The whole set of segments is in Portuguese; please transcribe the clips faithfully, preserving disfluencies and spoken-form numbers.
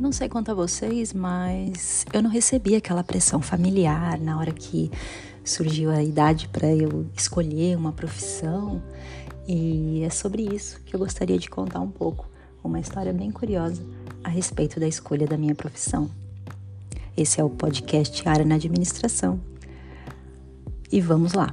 não sei quanto a vocês, mas eu não recebi aquela pressão familiar na hora que surgiu a idade para eu escolher uma profissão. E é sobre isso que eu gostaria de contar um pouco, uma história bem curiosa a respeito da escolha da minha profissão. Esse é o podcast Área na Administração. E vamos lá.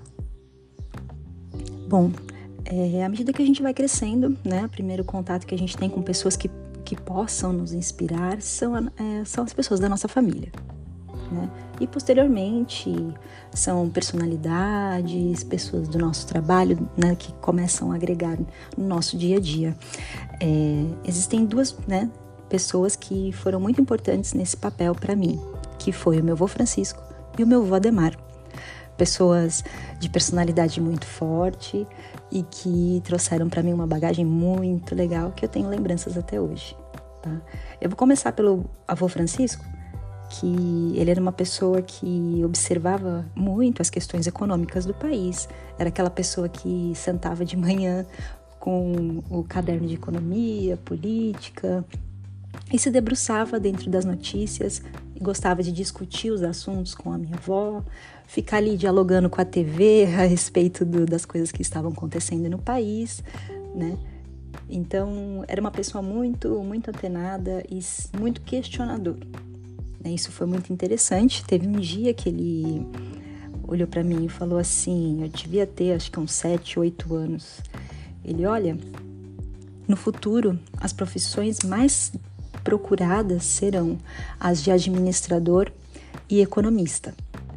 Bom, é, à medida que a gente vai crescendo, né, o primeiro contato que a gente tem com pessoas que, que possam nos inspirar são, é, são as pessoas da nossa família, né? E posteriormente são personalidades, pessoas do nosso trabalho, né, que começam a agregar no nosso dia a dia. É, existem duas, né, pessoas que foram muito importantes nesse papel para mim, que foi o meu avô Francisco e o meu avô Ademar. Pessoas de personalidade muito forte e que trouxeram para mim uma bagagem muito legal que eu tenho lembranças até hoje, tá? Eu vou começar pelo avô Francisco, que ele era uma pessoa que observava muito as questões econômicas do país. Era aquela pessoa que sentava de manhã com o caderno de economia, política, e se debruçava dentro das notícias e gostava de discutir os assuntos com a minha avó, ficar ali dialogando com a T V a respeito do, das coisas que estavam acontecendo no país, né? Então, era uma pessoa muito, muito antenada e muito questionadora. Isso foi muito interessante. Teve um dia que ele olhou para mim e falou assim, eu devia ter acho que uns sete, oito anos. Ele, olha, no futuro as profissões mais procuradas serão as de administrador e economista.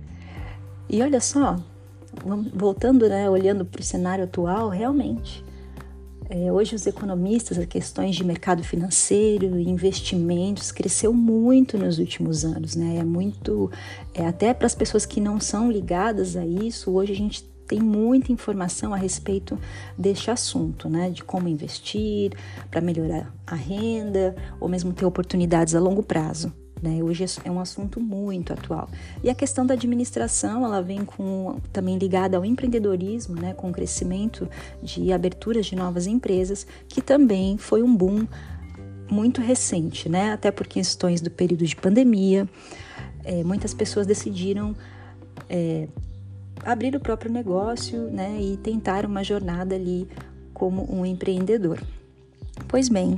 E olha só, voltando, né, olhando para o cenário atual, realmente, é, hoje os economistas, as questões de mercado financeiro e investimentos cresceu muito nos últimos anos, né? É muito, é, até para as pessoas que não são ligadas a isso, hoje a gente tem muita informação a respeito deste assunto, né? De como investir para melhorar a renda ou mesmo ter oportunidades a longo prazo, né? Hoje é um assunto muito atual. E a questão da administração, ela vem com, também ligada ao empreendedorismo, né? Com o crescimento de aberturas de novas empresas, que também foi um boom muito recente, né? Até por questões do período de pandemia, é, muitas pessoas decidiram é, abrir o próprio negócio, né, e tentar uma jornada ali como um empreendedor. Pois bem,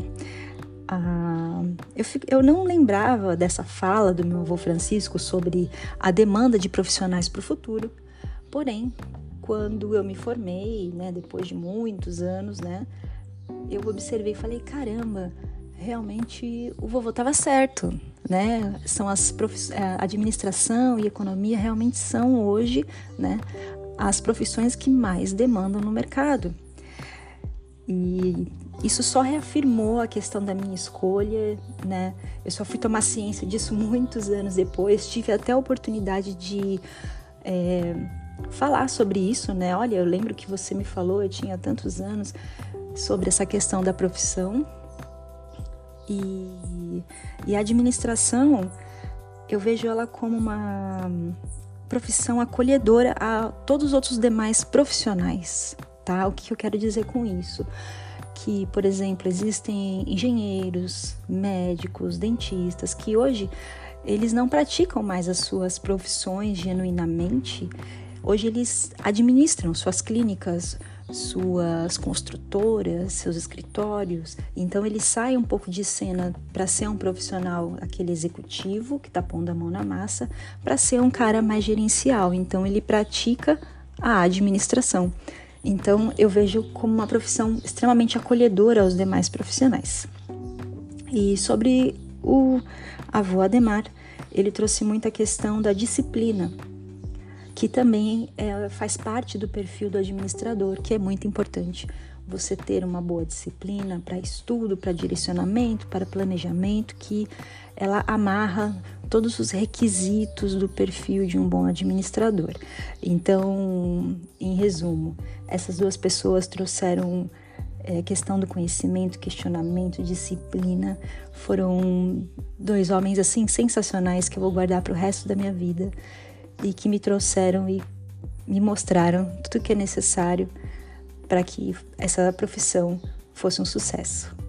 ah, eu, eu não lembrava dessa fala do meu avô Francisco sobre a demanda de profissionais para o futuro, porém, quando eu me formei, né, depois de muitos anos, né, eu observei e falei, caramba, realmente o vovô estava certo, né? São as profiss... a administração e economia realmente são hoje, né, as profissões que mais demandam no mercado. E isso só reafirmou a questão da minha escolha, né? Eu só fui tomar ciência disso muitos anos depois, tive até a oportunidade de é, falar sobre isso, né? Olha, eu lembro que você me falou, eu tinha tantos anos, sobre essa questão da profissão. E, e a administração, eu vejo ela como uma profissão acolhedora a todos os outros demais profissionais, tá? O que eu quero dizer com isso? Que, por exemplo, existem engenheiros, médicos, dentistas, que hoje eles não praticam mais as suas profissões genuinamente. Hoje eles administram suas clínicas, suas construtoras, seus escritórios. Então ele sai um pouco de cena para ser um profissional, aquele executivo que está pondo a mão na massa, para ser um cara mais gerencial. Então ele pratica a administração. Então eu vejo como uma profissão extremamente acolhedora aos demais profissionais. E sobre o avô Ademar, ele trouxe muita questão da disciplina, que também é, faz parte do perfil do administrador, que é muito importante. Você ter uma boa disciplina para estudo, para direcionamento, para planejamento, que ela amarra todos os requisitos do perfil de um bom administrador. Então, em resumo, essas duas pessoas trouxeram é, questão do conhecimento, questionamento, disciplina. Foram dois homens assim sensacionais que eu vou guardar para o resto da minha vida, e que me trouxeram e me mostraram tudo o que é necessário para que essa profissão fosse um sucesso.